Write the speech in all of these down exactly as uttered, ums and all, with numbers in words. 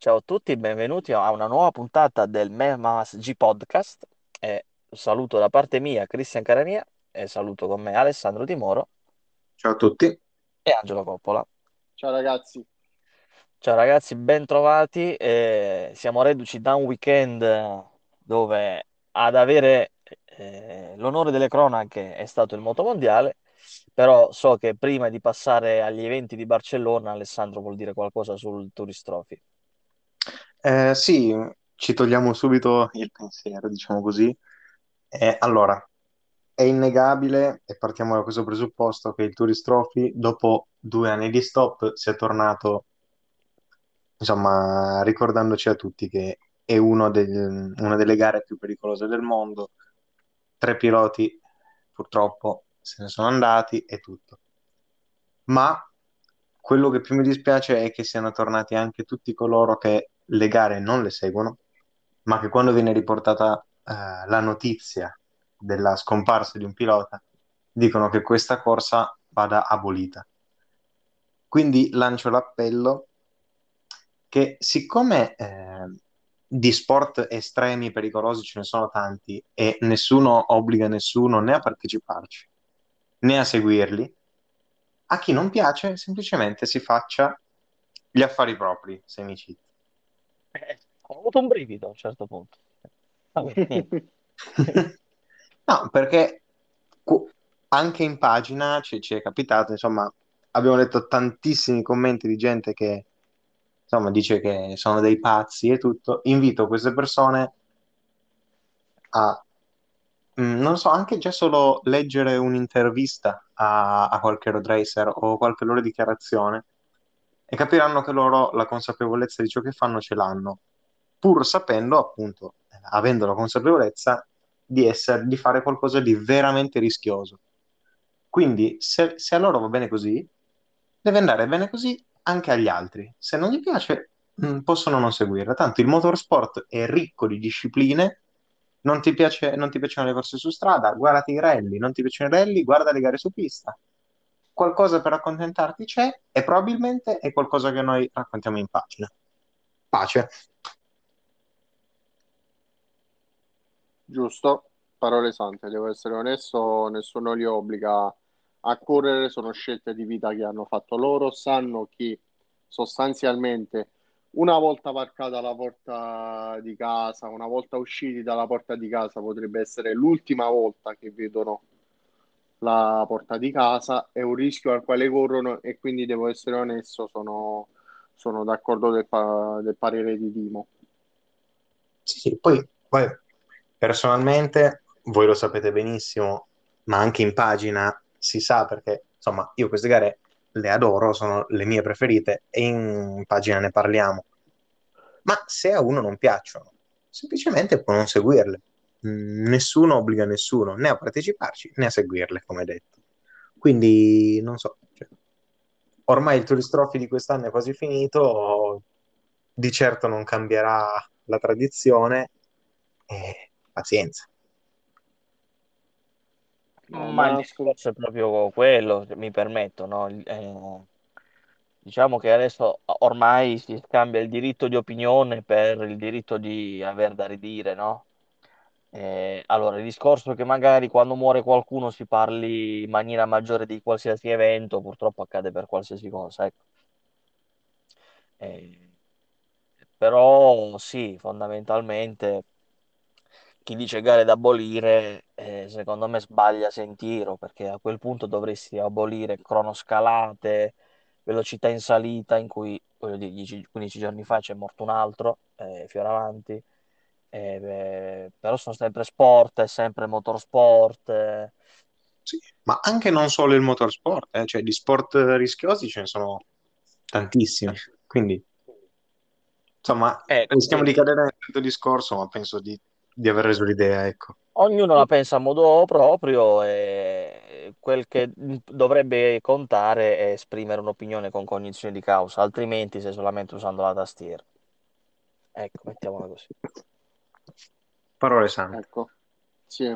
Ciao a tutti, benvenuti a una nuova puntata del Memas G Podcast. E saluto da parte mia Cristian Carania e saluto con me Alessandro Di Moro Ciao a tutti. e Angelo Coppola. Ciao ragazzi. Ciao ragazzi, ben trovati. Eh, siamo reduci da un weekend eh, dove ad avere eh, l'onore delle cronache è stato il motomondiale, però so che prima di passare agli eventi di Barcellona, Alessandro vuol dire qualcosa sul Tourist Trophy. Eh, sì, ci togliamo subito il pensiero, diciamo così. Eh, allora, è innegabile, e partiamo da questo presupposto, che il Tourist Trophy, dopo due anni di stop, sia tornato, insomma, ricordandoci a tutti che è uno del- una delle gare più pericolose del mondo. Tre piloti, purtroppo, se ne sono andati e tutto. Ma quello che più mi dispiace è che siano tornati anche tutti coloro che le gare non le seguono, ma che quando viene riportata eh, la notizia della scomparsa di un pilota, dicono che questa corsa vada abolita. Quindi lancio l'appello che siccome eh, di sport estremi pericolosi ce ne sono tanti e nessuno obbliga nessuno né a parteciparci né a seguirli, a chi non piace semplicemente si faccia gli affari propri, se mi citi. Eh, ho avuto un brivido a un certo punto. Vabbè, niente. No, perché cu- anche in pagina ci, ci è capitato, insomma, abbiamo letto tantissimi commenti di gente che, insomma, dice che sono dei pazzi e tutto. Invito queste persone a, mm, non so, anche già solo leggere un'intervista a, a qualche road racer o qualche loro dichiarazione e capiranno che loro la consapevolezza di ciò che fanno ce l'hanno, pur sapendo, appunto, eh, avendo la consapevolezza di essere, di fare qualcosa di veramente rischioso. Quindi, se, se a loro va bene così, deve andare bene così anche agli altri. Se non gli piace, mh, possono non seguirla. Tanto il motorsport è ricco di discipline. Non ti piace, non ti piacciono le corse su strada? Guardati i rally. Non ti piacciono i rally? Guarda le gare su pista. Qualcosa per accontentarti c'è e probabilmente è qualcosa che noi raccontiamo in pagina. Pace. Giusto, parole sante, devo essere onesto, nessuno li obbliga a correre, sono scelte di vita che hanno fatto loro, sanno che sostanzialmente una volta varcata la porta di casa, una volta usciti dalla porta di casa, potrebbe essere l'ultima volta che vedono la porta di casa, è un rischio al quale corrono e quindi devo essere onesto, sono, sono d'accordo del, pa- del parere di Dimo. Sì, sì, poi, poi personalmente, voi lo sapete benissimo, ma anche in pagina si sa perché, insomma, io queste gare le adoro, sono le mie preferite e in pagina ne parliamo. Ma se a uno non piacciono, semplicemente può non seguirle. Mm, Nessuno obbliga nessuno né a parteciparci né a seguirle, come detto. Quindi, non so, cioè, ormai il Tourist Trophy di quest'anno è quasi finito, di certo non cambierà la tradizione, e pazienza. No, Ma il ma ascol- discorso è proprio quello, mi permetto, no? Il- eh, diciamo che adesso ormai si scambia il diritto di opinione per il diritto di aver da ridire, no? Eh, allora, il discorso che magari quando muore qualcuno si parli in maniera maggiore di qualsiasi evento, purtroppo accade per qualsiasi cosa, ecco. Eh, Però sì, fondamentalmente chi dice gare da abolire, eh, secondo me sbaglia sentiro, perché a quel punto dovresti abolire cronoscalate, velocità in salita, in cui, voglio dire, dieci quindici giorni fa c'è morto un altro, eh, Fioravanti, eh, beh, però sono sempre sport, è sempre motorsport. eh. Sì, ma anche non solo il motorsport, eh, cioè di sport rischiosi ce ne sono tantissimi. Quindi, insomma, Eh, rischiamo di quindi cadere nel solito discorso, ma penso di, di aver reso l'idea, ecco. ognuno la pensa a modo proprio e quel che dovrebbe contare è esprimere un'opinione con cognizione di causa, altrimenti sei solamente usando la tastiera. Ecco, mettiamola così. Parole sante. ecco, sì.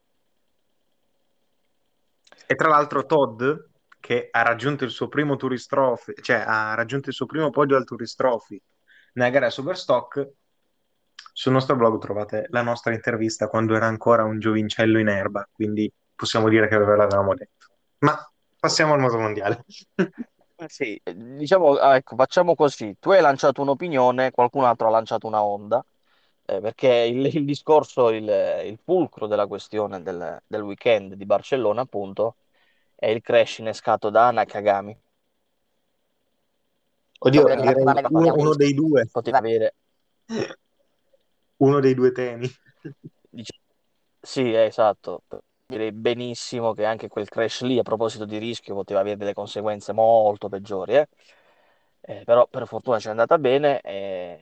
E tra l'altro Todd, che ha raggiunto il suo primo Tourist Trophy, cioè ha raggiunto il suo primo podio al Tourist Trophy, nella gara Superstock. Sul nostro blog trovate la nostra intervista quando era ancora un giovincello in erba, quindi possiamo dire che ve l'avevamo detto. Ma passiamo al moto mondiale. Eh sì, eh, diciamo, ah, ecco, facciamo così. Tu hai lanciato un'opinione, qualcun altro ha lanciato una onda, eh, perché il, il discorso, il, il fulcro della questione del, del weekend di Barcellona, appunto, è il crash innescato da Nakagami. Oddio, Dove direi praticamente uno, parliamo di uno dei due, poteva avere, uno dei due temi. dic- sì, eh, esatto, direi benissimo che anche quel crash lì, a proposito di rischio, poteva avere delle conseguenze molto peggiori, eh. Eh, però per fortuna ci è andata bene. E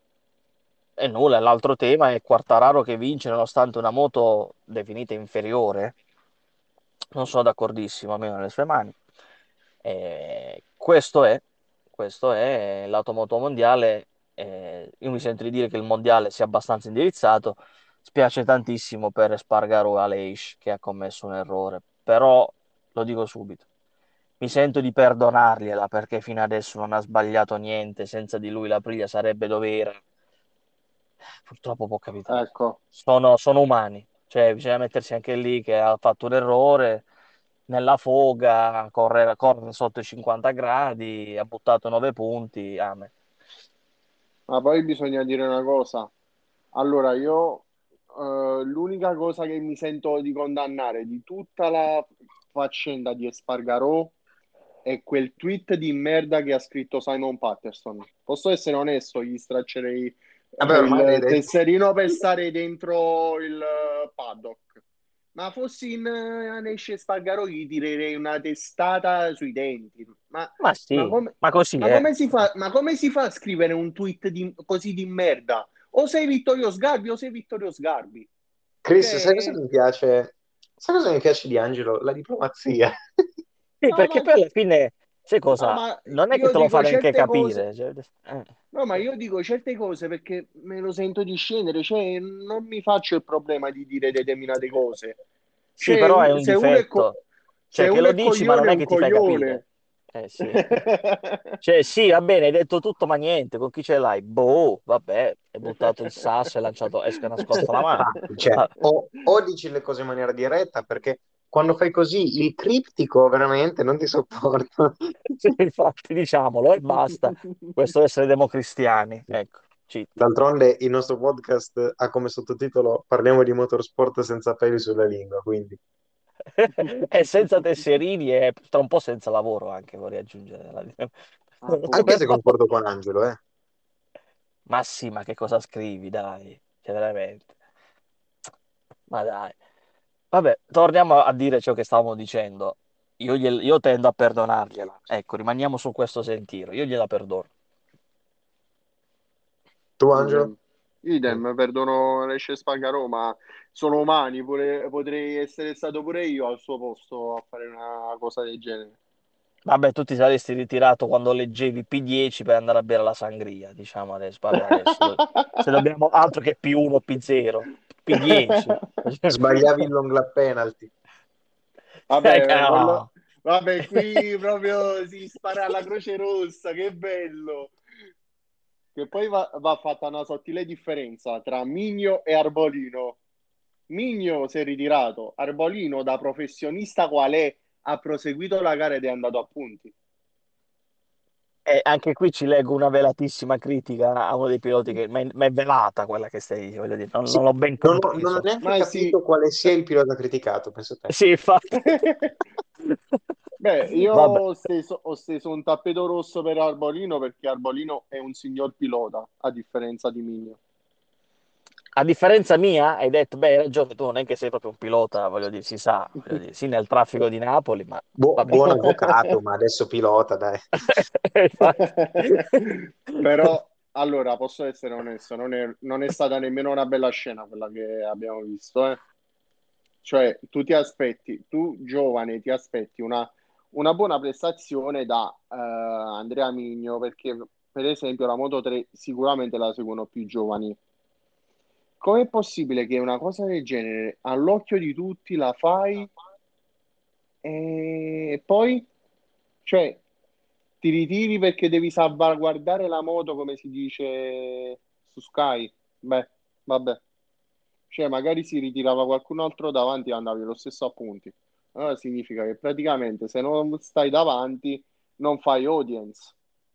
E nulla, l'altro tema è Quartararo che vince nonostante una moto definita inferiore. Non sono d'accordissimo, almeno nelle sue mani. E questo è, questo è l'automoto mondiale. Eh, io mi sento di dire che il mondiale sia abbastanza indirizzato. Spiace tantissimo per Espargaro e Aleix che ha commesso un errore, però lo dico subito. Mi sento di perdonargliela perché fino adesso non ha sbagliato niente. Senza di lui la Priglia sarebbe dove era. Purtroppo può capitare. Ecco. Sono, sono umani, cioè bisogna mettersi anche lì che ha fatto un errore nella foga, corre, corre sotto i cinquanta gradi, ha buttato nove punti. Amen. Ma poi bisogna dire una cosa. Allora, io eh, l'unica cosa che mi sento di condannare di tutta la faccenda di Espargarò è quel tweet di merda che ha scritto Simon Patterson. Posso essere onesto, gli straccerei Vabbè, eh, ormai l'hai il detto. tesserino per stare dentro il eh, paddock. Ma fossi in eh, Anish Espargarò gli tirerei una testata sui denti. Ma, Ma ma sì, come, ma così ma è. come si fa, ma come si fa a scrivere un tweet di- così di merda? O sei Vittorio Sgarbi o sei Vittorio Sgarbi. Chris, sai cosa Cioè, mi piace? Sai cosa mi piace di Angelo? La diplomazia. Sì, no, perché ma, poi alla fine, sai no, cosa? ma Non è che io te lo fa dico neanche certe cose. capire. Cioè, eh. No, ma io dico certe cose perché me lo sento di scendere, cioè non mi faccio il problema di dire determinate cose. Sì, Cioè, però è un- un se uno è, co- difetto. se Cioè, che uno lo è dici, ma non coglione, è è un che ti fai coglione. capire. Eh sì. Cioè, sì, va bene, hai detto tutto, ma niente, con chi ce l'hai? Boh, vabbè, hai buttato il sasso e lanciato, è nascosto la mano. Infatti, cioè, Ah, o, o dici le cose in maniera diretta, perché quando fai così il criptico veramente non ti sopporto. sì, infatti, diciamolo e basta. Questo essere democristiani, ecco, cheat. D'altronde il nostro podcast ha come sottotitolo Parliamo di motorsport senza peli sulla lingua, quindi E senza tesserini e tra un po' senza lavoro anche, vorrei aggiungere. anche Appunto. se Però, concordo con Angelo, eh. ma sì, ma che cosa scrivi, dai, cioè veramente. Ma dai. Vabbè, torniamo a dire ciò che stavamo dicendo. Io, gliel- io tendo a perdonargliela. Ecco, rimaniamo su questo sentiero. Io gliela perdono. Tu, Angelo? Idem, idem, perdono Lecce Spangarò, ma sono umani, pure- potrei essere stato pure io al suo posto a fare una cosa del genere. Vabbè, tu ti saresti ritirato quando leggevi P dieci per andare a bere la sangria, diciamo adesso. Vabbè, adesso. do- Se dobbiamo altro che P uno, P zero, P dieci. Sbagliavi il long lap penalty. Vabbè, quello- Ah. vabbè, qui proprio si spara alla Croce Rossa, che bello! Che poi va, va fatta una sottile differenza tra Migno e Arbolino. Migno si è ritirato, Arbolino da professionista qual è ha proseguito la gara ed è andato a punti. E anche qui ci leggo una velatissima critica a uno dei piloti che ma è, ma è velata quella che stai, voglio dire, non, Sì, non l'ho ben non ho, non ho compreso. neanche Ma sì, capito quale sia il pilota criticato, penso te. Sì, infatti. beh, io Vabbè, ho steso, ho steso un tappeto rosso per Arbolino perché Arbolino è un signor pilota, a differenza di Migno. a differenza mia, hai detto, beh, hai ragione, tu non è che sei proprio un pilota, voglio dire, si sa, voglio dire, sì, nel traffico di Napoli, ma Bu- vabbè. buon avvocato, ma adesso pilota, dai. Infatti. Però, allora, posso essere onesto, non è, non è stata nemmeno una bella scena quella che abbiamo visto, eh. Cioè, tu ti aspetti, tu giovane, ti aspetti una, una buona prestazione da eh, Andrea Migno, perché per esempio la Moto tre sicuramente la seguono più giovani. Com'è possibile che una cosa del genere all'occhio di tutti la fai e poi, cioè, ti ritiri perché devi salvaguardare la moto, come si dice su Sky. Beh, vabbè. Cioè, magari si ritirava qualcun altro davanti e andavi lo stesso a punti. Allora significa che praticamente se non stai davanti non fai audience.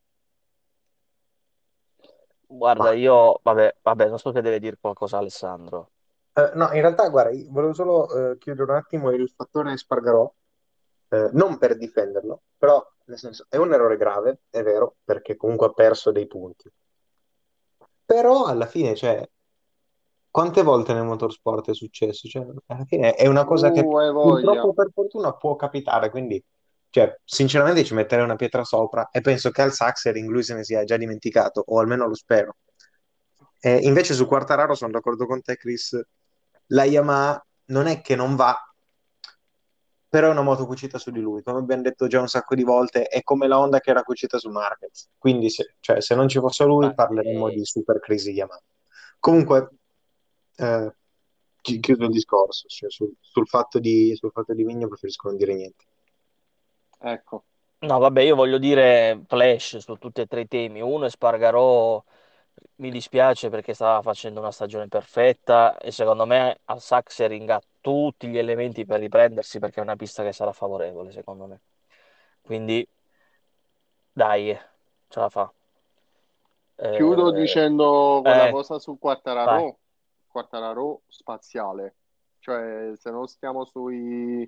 Guarda, Ma io, vabbè, vabbè, non so che deve dire qualcosa Alessandro. eh, no, in realtà, guarda, io volevo solo eh, chiudere un attimo il fattore Spargarò, eh, non per difenderlo, però nel senso è un errore grave, è vero, perché comunque ha perso dei punti. Però alla fine, cioè, quante volte nel motorsport è successo? Cioè, alla fine è una cosa che Uh, hai voglia. purtroppo per fortuna può capitare, quindi, cioè, sinceramente ci metterei una pietra sopra e penso che al Saxering lui se ne sia già dimenticato, o almeno lo spero. Eh, invece su Quartararo sono d'accordo con te, Chris. La Yamaha non è che non va, però è una moto cucita su di lui, come abbiamo detto già un sacco di volte, è come la Honda che era cucita su Marquez. Quindi, se, cioè, se non ci fosse lui, Ma, parleremmo eh, di super crisi Yamaha. Comunque, eh, chi- chiudo il discorso, cioè, sul, sul fatto di, sul fatto di Migno preferisco non dire niente. Ecco. no, vabbè, io voglio dire flash su tutti e tre i temi. Uno è Spargarò, mi dispiace perché stava facendo una stagione perfetta e secondo me al Sachsenring ha tutti gli elementi per riprendersi perché è una pista che sarà favorevole, secondo me. Quindi, dai, ce la fa. Chiudo Eh, dicendo quella eh, cosa su vai. Quartararo, Quartararo spaziale, cioè se non stiamo sui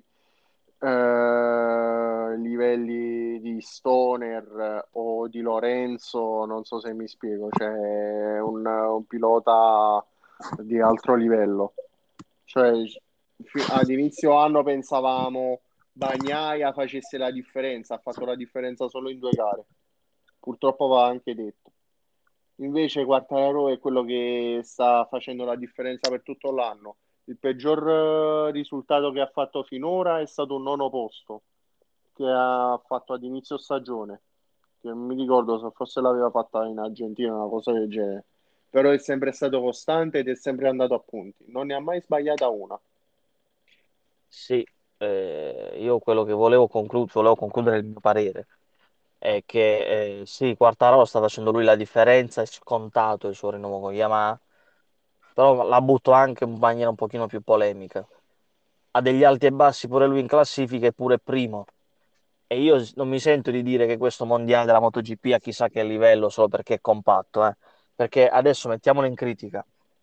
eh, livelli di Stoner eh, o di Lorenzo, non so se mi spiego, cioè è un, un pilota di altro livello. Cioè, fi- ad inizio anno pensavamo Bagnaia facesse la differenza, ha fatto la differenza solo in due gare. Purtroppo va anche detto. Invece Quartararo è quello che sta facendo la differenza per tutto l'anno. Il peggior eh, risultato che ha fatto finora è stato un nono posto che ha fatto ad inizio stagione, che non mi ricordo se forse l'aveva fatta in Argentina, una cosa del genere. Però è sempre stato costante ed è sempre andato a punti. Non ne ha mai sbagliata una. Sì, eh, io quello che volevo concludere, volevo concludere il mio parere, è che eh, sì, Quartararo sta facendo lui la differenza, è scontato il suo rinnovo con Yamaha, però la butto anche in maniera un pochino più polemica. Ha degli alti e bassi pure lui in classifica e pure primo. E io s- non mi sento di dire che questo mondiale della MotoGP ha chissà che livello solo perché è compatto, eh. Perché adesso mettiamolo in critica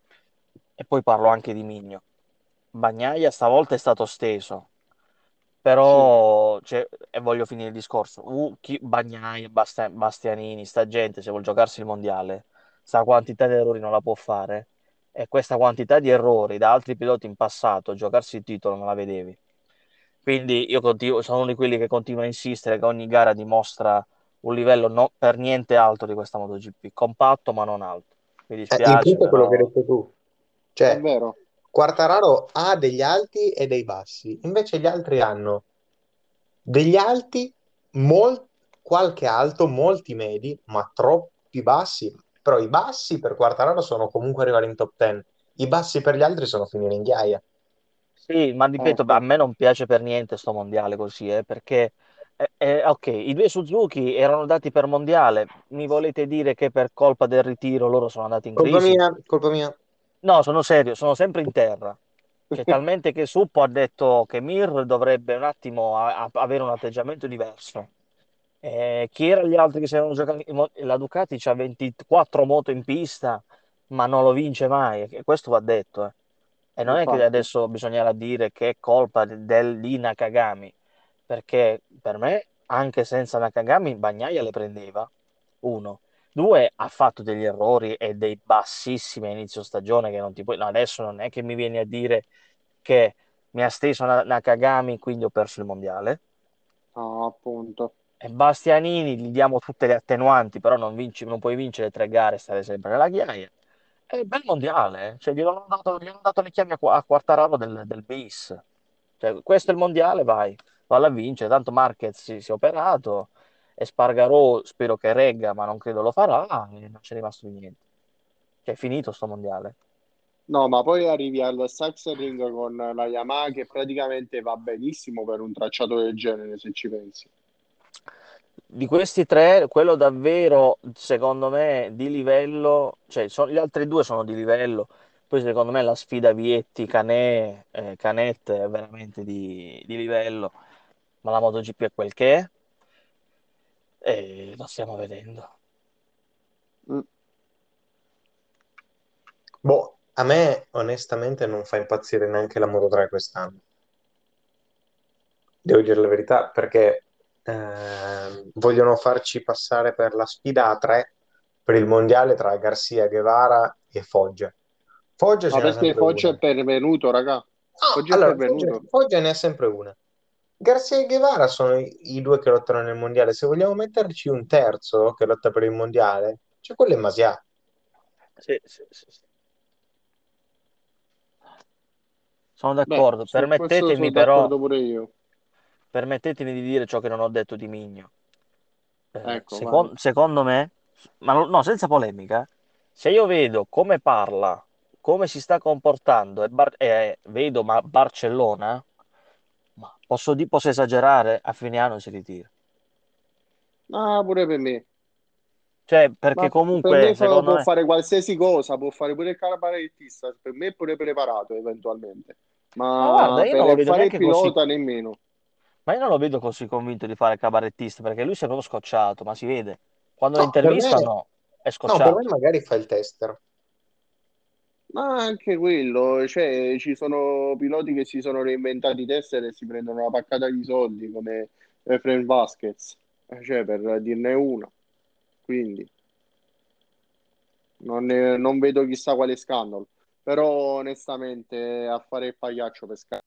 e poi parlo anche di Migno. Bagnaia stavolta è stato steso, Sì, però, cioè, e voglio finire il discorso. Uh, chi, Bagnaia, Basta- Bastianini, sta gente, se vuol giocarsi il mondiale, sta quantità di errori non la può fare. E questa quantità di errori da altri piloti in passato, giocarsi il titolo non la vedevi. Quindi io continuo- sono uno di quelli che continua a insistere che ogni gara dimostra un livello no- per niente alto di questa MotoGP, compatto ma non alto. Mi Eh, il dispiace, punto è quello che hai però detto tu. è Cioè, vero. Quartararo ha degli alti e dei bassi, invece gli altri hanno degli alti, mol- qualche alto, molti medi, ma troppi bassi. Però i bassi per Quartararo sono comunque arrivare in top dieci. I bassi per gli altri sono finire in ghiaia. sì, ma ripeto, a Ecco. me non piace per niente sto mondiale così, eh, perché eh, eh, ok, i due Suzuki erano dati per mondiale, mi volete dire che per colpa del ritiro loro sono andati in Colpa crisi? mia, colpa mia. No, sono serio, sono sempre in terra. C'è talmente che Suppo ha detto che Mir dovrebbe un attimo a- a- avere un atteggiamento diverso. Eh, chi erano gli altri che si erano giocati? i mo- La Ducati c'ha ventiquattro moto in pista, ma non lo vince mai. E questo va detto. eh. E non è che Infatti. adesso bisognerà dire che è colpa de- del, di Nakagami, perché per me, anche senza Nakagami, Bagnaia le prendeva. Uno. Due, ha fatto degli errori e dei bassissimi a inizio stagione che non ti puoi. No, adesso non è che mi vieni a dire che mi ha steso Na- Nakagami, quindi ho perso il mondiale. No, appunto. E Bastianini gli diamo tutte le attenuanti, però non, vinci- non puoi vincere tre gare e stare sempre nella ghiaia. È bel mondiale, eh. Cioè, gli hanno dato, gli hanno dato le chiavi a, Qua- a Quartararo del, del bis. Cioè, questo è il mondiale, vai, valla a vincere. Tanto Marquez si, si è operato e Spargarò spero che regga, ma non credo lo farà. E non c'è rimasto niente. Cioè, è finito sto mondiale. No, ma poi arrivi al Sachsenring con la Yamaha che praticamente va benissimo per un tracciato del genere, se ci pensi. Di questi tre, quello davvero, secondo me, di livello, cioè so- gli altri due sono di livello, poi secondo me la sfida Vietti, Canè, eh, Canet è veramente di, di livello, ma la MotoGP è quel che è e lo stiamo vedendo. Mm. Boh, a me onestamente non fa impazzire neanche la Moto tre quest'anno. Devo dire la verità, perché eh, vogliono farci passare per la sfida a tre per il mondiale tra Garcia, Guevara e Foggia. Foggia Ma ce n'è perché sempre Foggia una. è pervenuto, raga? No, Foggia è allora, Foggia, pervenuto. Foggia ne ha sempre una. Garcia e Guevara sono i, i due che lottano nel mondiale. Se vogliamo metterci un terzo che lotta per il mondiale, c'è quello è Masia. Sì, sì, sì, sì. Sono Beh, d'accordo. su questo Permettetemi sono però, d'accordo pure io. permettetemi di dire ciò che non ho detto di Migno. Eh, Ecco, vai. secon- secondo me, ma no, no, senza polemica, se io vedo come parla, come si sta comportando e, Bar- e vedo ma Barcellona, ma posso, di- posso esagerare, a fine anno si ritira. Ah, pure per me. Cioè, perché Ma per me comunque, fa- secondo può me, fare qualsiasi cosa, può fare pure il cabarettista, per me è pure preparato eventualmente. ma guarda, Ma io non lo per vedo fare il neanche così, pilota nemmeno. ma io non lo vedo così convinto di fare il cabarettista, perché lui si è proprio scocciato, ma si vede. Quando lo No, per me, intervistano è no, per me scocciato. magari fa il tester. Ma anche quello, cioè ci sono piloti che si sono reinventati i tester e si prendono una paccata di soldi come Efren Vasquez, eh, cioè per dirne una. Quindi non, ne- non vedo chissà quale scandalo. Però onestamente a fare il pagliaccio per sca-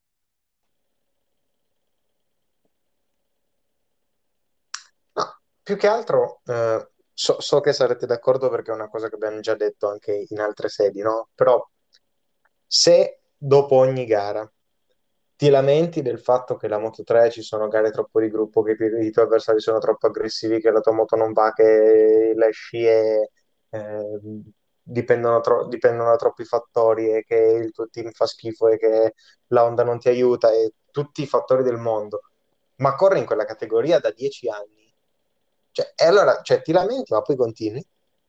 No, più che altro, eh, so, so che sarete d'accordo perché è una cosa che abbiamo già detto anche in altre sedi, no? Però se dopo ogni gara ti lamenti del fatto che la Moto tre ci sono gare troppo di gruppo, che i, i tuoi avversari sono troppo aggressivi, che la tua moto non va, che le scie eh, dipendono, tro- dipendono da troppi fattori e che il tuo team fa schifo e che la Honda non ti aiuta e tutti i fattori del mondo, ma corri in quella categoria da dieci anni. Cioè, e allora, cioè, ti lamenti, ma poi continui.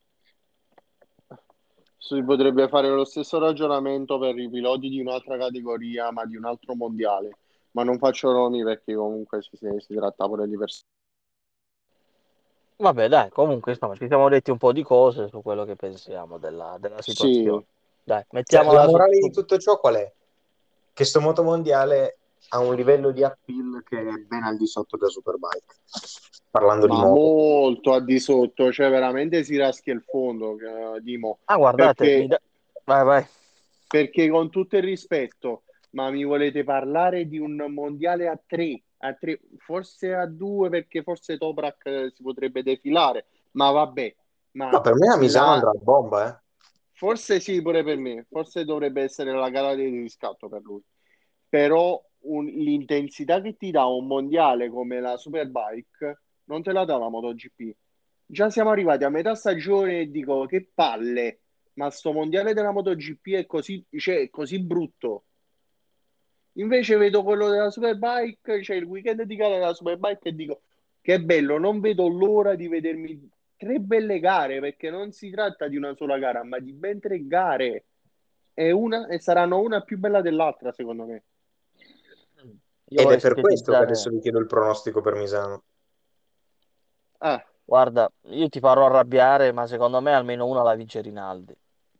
Si potrebbe fare lo stesso ragionamento per i piloti di un'altra categoria, ma di un altro mondiale. Ma non faccio nomi perché comunque si, si tratta pure di persone. Vabbè, dai, comunque, insomma, ci siamo detti un po' di cose su quello che pensiamo della, della situazione. Sì, Dai, Cioè, la mettiamola su... morale di su- tutto ciò qual è? Che sto motomondiale ha un livello di appeal che è ben al di sotto della Superbike, parlando di ma moto. molto a di sotto, cioè veramente si raschia il fondo, eh, Dimo, Ah, guardate, mi perché, da... Vai, vai. perché con tutto il rispetto, ma mi volete parlare di un mondiale a tre, a tre, forse a due perché forse Toprak eh, si potrebbe defilare, ma vabbè, No, ma per me a Misano la, andrà a bomba, eh. forse sì, pure per me, forse dovrebbe essere la gara di riscatto per lui, però un- l'intensità che ti dà un mondiale come la Superbike non te la dà la MotoGP. Già siamo arrivati a metà stagione e dico che palle, ma sto mondiale della MotoGP è così, cioè, è così brutto. Invece vedo quello della Superbike, cioè il weekend di gara della Superbike e dico che bello, non vedo l'ora di vedermi tre belle gare perché non si tratta di una sola gara, ma di ben tre gare e, una, e saranno una più bella dell'altra, secondo me. Io Ed è vorrei per questo che adesso sintetizzare... vi chiedo il pronostico per Misano. Ah, Guarda, io ti farò arrabbiare, ma secondo me almeno una la vince Rinaldi.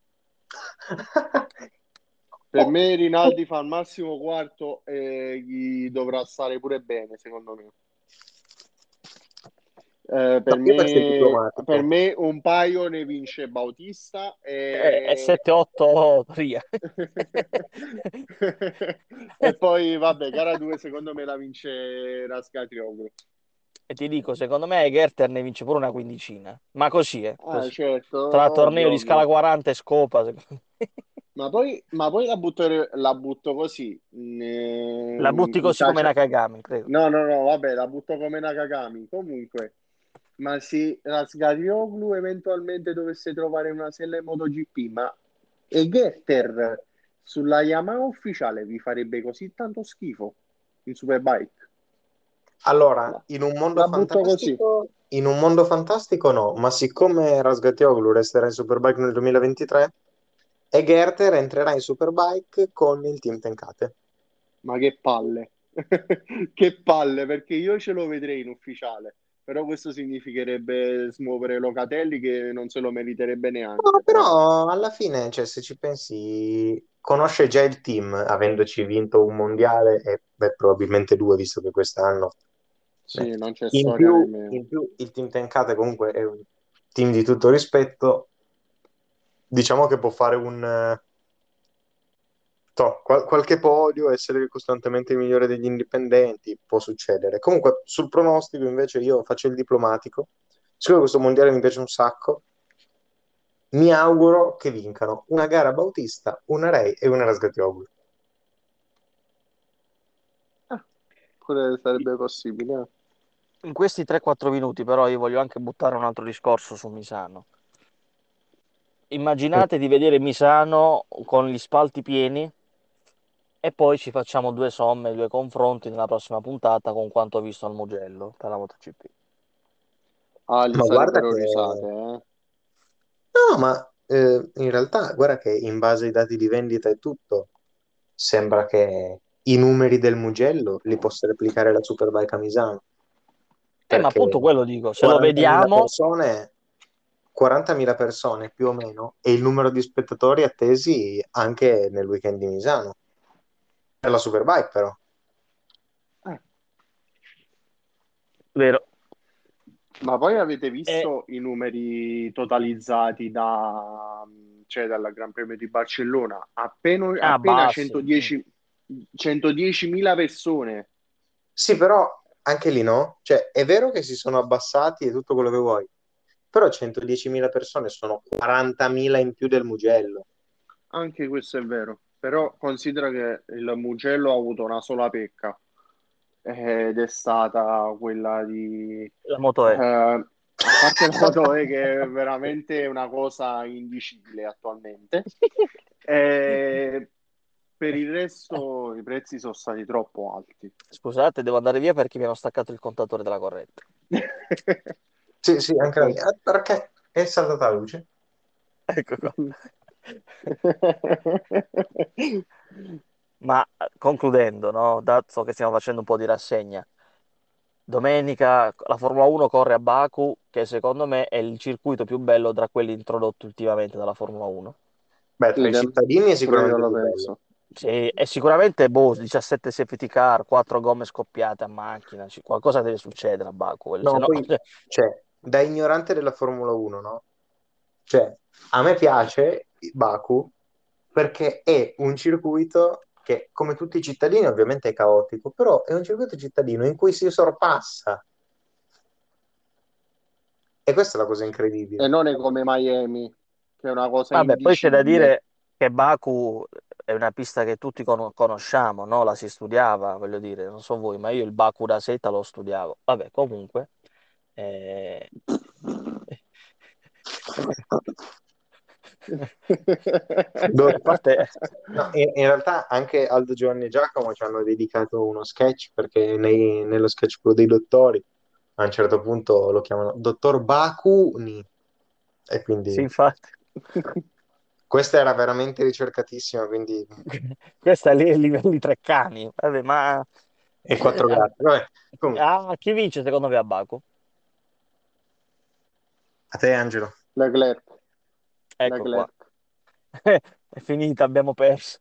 per me Rinaldi fa al massimo quarto e gli dovrà stare pure bene, secondo me. Eh, No, per io per essere me, per diplomatico. me un paio ne vince Bautista E, e e... sette otto Ria. e poi vabbè, gara due secondo me la vince Rascatioglu. E ti dico, secondo me Egerter ne vince pure una quindicina. Ma così, eh, Ah, così. certo, Tra torneo ovvio, di scala ovvio. quaranta e scopa, secondo me. Ma poi, ma poi la butto, la butto così. In, La eh, butti in così come calcio. Nakagami, prego. No, no, no, vabbè, la butto come Nakagami. Comunque, ma se la Sgarioglu eventualmente dovesse trovare una sella in MotoGP, ma e Getter sulla Yamaha ufficiale vi farebbe così tanto schifo in Superbike? Allora, La, in un mondo la butto così. fantastico, in un mondo fantastico no, ma siccome Razgatlioglu resterà in Superbike nel duemilaventitré, e Gerter entrerà in Superbike con il team Tenkate. Ma che palle. Che palle, perché io ce lo vedrei in ufficiale. Però questo significherebbe smuovere Locatelli che non se lo meriterebbe No, neanche. Però però alla fine, cioè, se ci pensi, conosce già il team, avendoci vinto un mondiale e beh, probabilmente due, visto che quest'anno. Beh, sì, non c'è in storia più, nemmeno. in più il team Tenkate comunque è un team di tutto rispetto, diciamo che può fare un... eh, toh, qual- qualche podio, essere costantemente il migliore degli indipendenti, può succedere. Comunque, sul pronostico invece io faccio il diplomatico, siccome questo mondiale mi piace un sacco, mi auguro che vincano una gara Bautista, una Rei e una Rasgatioglu. Ah, pure sarebbe possibile. Eh. In questi tre quattro minuti però io voglio anche buttare un altro discorso su Misano. Immaginate di vedere Misano con gli spalti pieni e poi ci facciamo due somme, due confronti nella prossima puntata con quanto visto al Mugello per la MotoGP. Ah, lì Ma guarda sarebbero che... risate, eh. No, ma eh, in realtà guarda che in base ai dati di vendita e tutto, sembra che i numeri del Mugello li possa replicare la Superbike a Misano, Eh, ma perché appunto quello dico, se lo quarantamila vediamo, persone, quarantamila persone più o meno, e il numero di spettatori attesi anche nel weekend di Misano. Per la Superbike però. Eh, vero. Ma poi avete Eh, visto i numeri totalizzati da, cioè, dal Gran Premio di Barcellona? Appena, ah, appena bassi. Mm. centodieci centodiecimila persone. Sì, però anche lì no. Cioè, è vero che si sono abbassati e tutto quello che vuoi, però centodiecimila persone sono quarantamila in più del Mugello. Anche questo è vero, però considera che il Mugello ha avuto una sola pecca eh, ed è stata quella di, La moto è. eh, a parte la moto E che è veramente una cosa indicibile attualmente, eh, per il resto i prezzi sono stati troppo alti. Scusate, devo andare via perché mi hanno staccato il contatore della corrente. Sì, sì, anche la mia. Perfetto. Eh, Perché è saltata la luce? Ecco qua. Ma eh, concludendo, no? Dato che stiamo facendo un po' di rassegna, domenica la Formula uno corre a Baku, che secondo me è il circuito più bello tra quelli introdotti ultimamente dalla Formula uno. Beh, tra i Idem, cittadini è pure io sicuramente lo più bello. penso. Sì, è sicuramente boh, diciassette safety car, quattro gomme scoppiate a macchina, ci- qualcosa deve succedere a Baku, quello, se No, no, poi, cioè, da ignorante della Formula uno, no? Cioè, a me piace Baku perché è un circuito che, come tutti i cittadini, ovviamente è caotico, però è un circuito cittadino in cui si sorpassa. E questa è la cosa E incredibile. non è come Miami, che è una cosa vabbè, poi c'è da indicibile. dire che Baku è una pista che tutti con- conosciamo, no? La si studiava, voglio dire, non so voi, ma io il Baku da seta lo studiavo. Vabbè, comunque, eh, a Do- parte, no, in, in realtà anche Aldo Giovanni e Giacomo ci hanno dedicato uno sketch perché nei- nello sketch quello dei dottori a un certo punto lo chiamano Dottor Bakuni e sì, quindi infatti, questa era veramente ricercatissima, quindi questa è lì ai livelli Treccani. Vabbè, ma e quattro eh, gatti. Vabbè, comunque, ah, chi vince secondo me a Baku? a te Angelo. Leclerc, Ecco qua. Leclerc. È finita, abbiamo perso.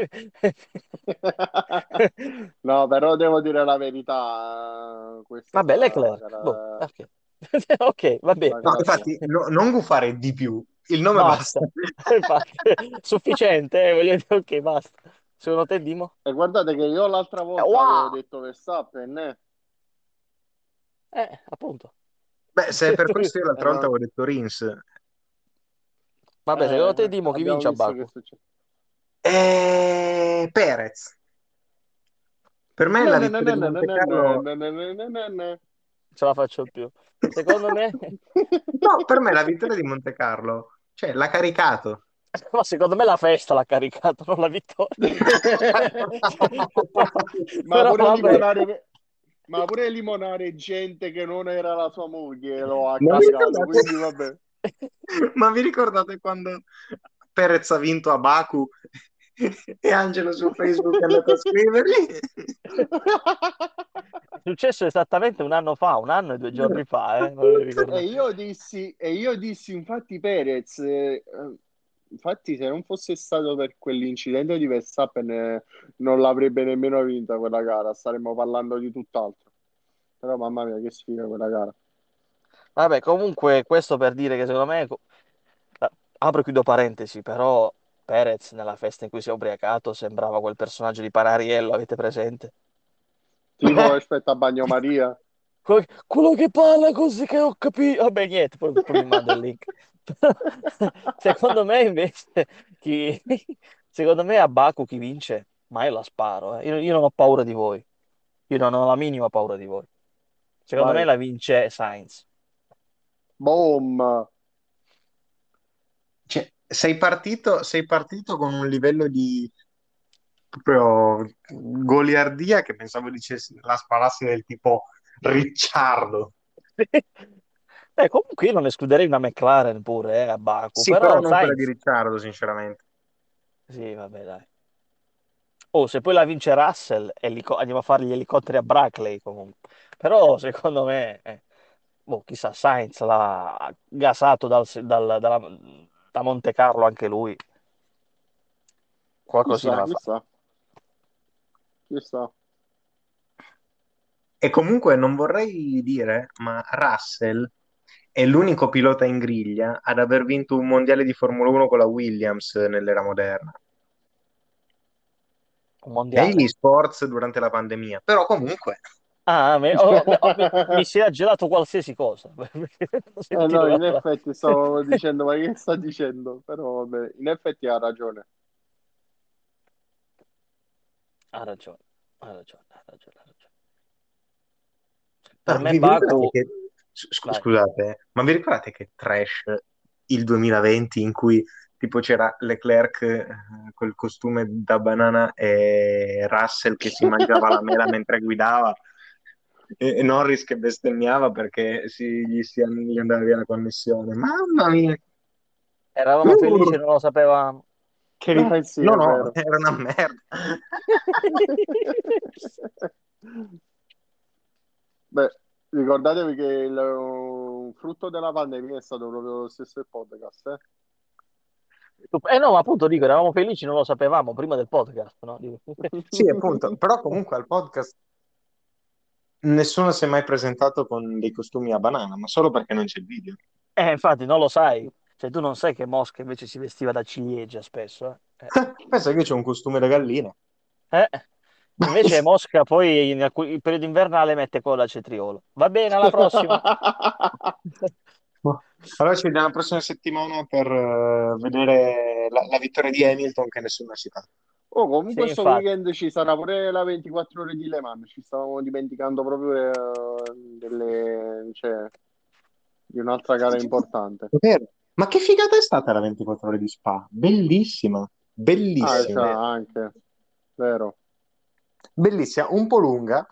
No, però devo dire la verità, eh, questa Vabbè, sarà la Leclerc. Boh, gara, ok. Ok, va bene. la No, gara sua. infatti, no- non gufare di più, il nome basta. Basta. Infatti, sufficiente, eh, voglio dire, ok, basta. Secondo te, Dimo? E guardate che io l'altra Eh, volta avevo wow! detto Verstappen, eh? Eh, appunto. Beh, se è per questo io E l'altra volta non- avevo detto Rins. Vabbè, secondo te, eh, Dimo, chi abbiamo vince a visto che Baku? succede. E... Perez. Per me No, la no, no, vittoria no, di no, no, Monte no, no, Carlo... no, no, no, no, no, no. Ce la faccio più. Secondo me, No, per me la vittoria di Monte Carlo, cioè, l'ha caricato. ma secondo me la festa l'ha caricato, non la vittoria. Ma Però pure vabbè. l'incanare, ma pure limonare gente che non era la sua moglie lo ha Ma vi cagato, ricordate, quindi vabbè. ma vi ricordate quando Perez ha vinto a Baku e Angelo su Facebook è andato a scrivergli? È successo esattamente un anno fa, un anno e due giorni fa, eh? Non mi E ricordo. io dissi, e io dissi, infatti, Perez, eh, infatti, se non fosse stato per quell'incidente di Verstappen, eh, non l'avrebbe nemmeno vinta quella gara. Staremmo parlando di tutt'altro. Però, mamma mia, che sfiga quella gara. Vabbè, comunque questo per dire che secondo me, ah, apro e chiudo parentesi, però Perez nella festa in cui si è ubriacato sembrava quel personaggio di Panariello, avete presente? Tipo, aspetta, Bagnomaria. Que- Quello che parla così che ho capito. Vabbè, niente, poi, poi mi mando il link. Secondo me invece, chi... secondo me a Baku chi vince, ma io la sparo, eh. Io, io non ho paura di voi. Io non ho la minima paura di voi. Secondo me Vai. la vince Sainz. Boom. Cioè, sei partito, sei partito con un livello di proprio goliardia che pensavo dicessi la spalassi del tipo Ricciardo. Eh, comunque io non escluderei una McLaren pure, eh, a Baku, Sì, però però non quella di Sainz. Ricciardo, sinceramente. Sì, vabbè, dai. Oh, se poi la vince Russell, elico- andiamo a fare gli elicotteri a Brackley comunque. Però secondo me, eh, boh, chissà, Sainz l'ha gasato dal- dal- dalla- da Monte Carlo anche lui. Qualcosina Chissà, la fa. chissà, chissà. E comunque non vorrei dire, ma Russell è l'unico pilota in griglia ad aver vinto un mondiale di Formula uno con la Williams nell'era moderna. Un Negli mondiale. sports durante la pandemia. Però comunque, Ah, me- oh, me- oh, mi, mi si era gelato qualsiasi cosa. Eh no, Sentirlo in parlare. effetti stavo dicendo, ma che sta dicendo? Però vabbè, in effetti ha ragione. Ha ragione, ha ragione, ha ragione, ha ragione. Per ma me vi, vi ricordate Baku... che, scu- Vai. scusate, ma vi ricordate che trash il duemilaventi in cui tipo c'era Leclerc eh, col costume da banana e Russell che si mangiava la mela mentre guidava e, e Norris che bestemmiava perché si- gli, si, gli andava via la connessione. Mamma mia! Eravamo Uh, felici, non lo sapevamo. che ri- Ah, sì, No, è no, vero. era una merda. Beh, ricordatevi che il uh, frutto della pandemia è stato proprio lo stesso il podcast, eh? Eh no, ma appunto dico, eravamo felici, non lo sapevamo prima del podcast, no? Dico. Sì, appunto, però comunque al podcast nessuno si è mai presentato con dei costumi a banana, ma solo perché non c'è il video. Eh, infatti non lo sai. Cioè, tu non sai che Mosca invece si vestiva da ciliegia spesso, eh. Pensa che io c'ho un costume da gallina. Eh? Eh. Invece Mosca poi in alcuni- il periodo invernale mette con la cetriolo. Va bene, alla prossima. Boh. Allora ci vediamo la prossima settimana per eh, vedere la, la vittoria di Hamilton che nessuno ha citato. Oh, Sì, comunque sto infatti. weekend ci sarà pure la ventiquattro ore di Le Mans, ci stavamo dimenticando proprio eh, delle, cioè, di un'altra gara importante. È vero. Ma che figata è stata la ventiquattro ore di Spa? Bellissima, Ah, bellissima, cioè, anche, vero. bellissima, un po' lunga,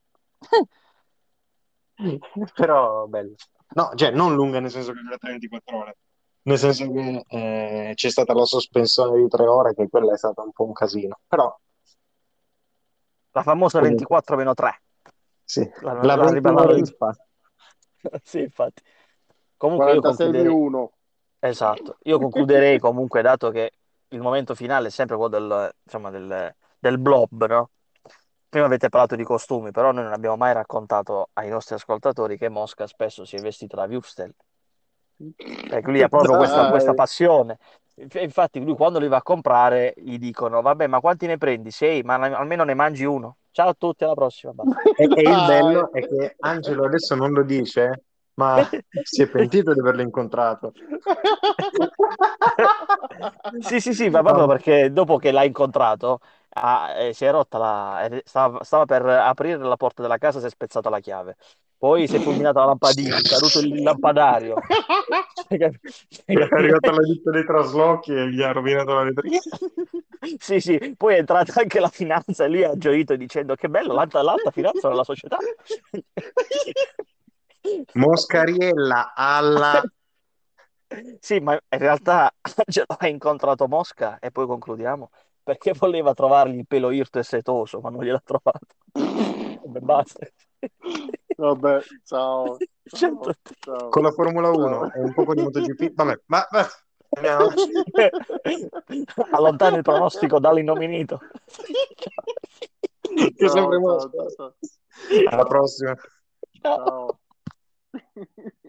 però bella. No, cioè non lunga nel senso che è durata ventiquattro ore, nel senso che eh, c'è stata la sospensione di tre ore, che quella è stata un po' un casino, però La famosa comunque ventiquattro meno tre. sì, La, la la, ventuno la- ore la- di Spa. Sì, infatti. Comunque io quarantasei più concluderei. uno. Esatto. Io concluderei comunque, dato che il momento finale è sempre quello del, insomma, del, del blob, no? Prima avete parlato di costumi, però noi non abbiamo mai raccontato ai nostri ascoltatori che Mosca spesso si è vestito da Würstel. Perché lui ha proprio questa, questa Dai. passione. Inf- Infatti, lui quando li va a comprare gli dicono: Vabbè, ma quanti ne prendi? Sei, ma ne- almeno ne mangi uno. Ciao a tutti, alla prossima. Basta. E, e il Dai. bello è che Angelo adesso non lo dice, ma si è pentito di averlo incontrato. Sì, sì, sì, ma proprio No. perché dopo che l'ha incontrato Ah, eh, si è rotta la... eh, Stava, stava per aprire la porta della casa, si è spezzata la chiave. Poi si è fulminata la lampadina, è caduto il lampadario. Cioè, cap- cioè, È arrivata capito? la ditta dei traslochi e gli ha rovinato la vetrina. Sì, sì, poi è entrata anche la finanza e lui ha gioito dicendo che bello, l'alta, l'alta finanza della società. Moscariella alla... Sì, ma in realtà Angelo ha incontrato Mosca e poi concludiamo perché voleva trovargli il pelo irto e setoso, ma non gliel'ha trovato. Vabbè, basta. Vabbè, ciao, Ciao a ciao, tutti. ciao, con la Formula ciao. uno e un poco di MotoGP. Vabbè, ma, ma andiamo. Allontana il pronostico dall'innominito. Che Ciao, sempre ciao, Mosca. ciao, Alla prossima. Ciao. ciao.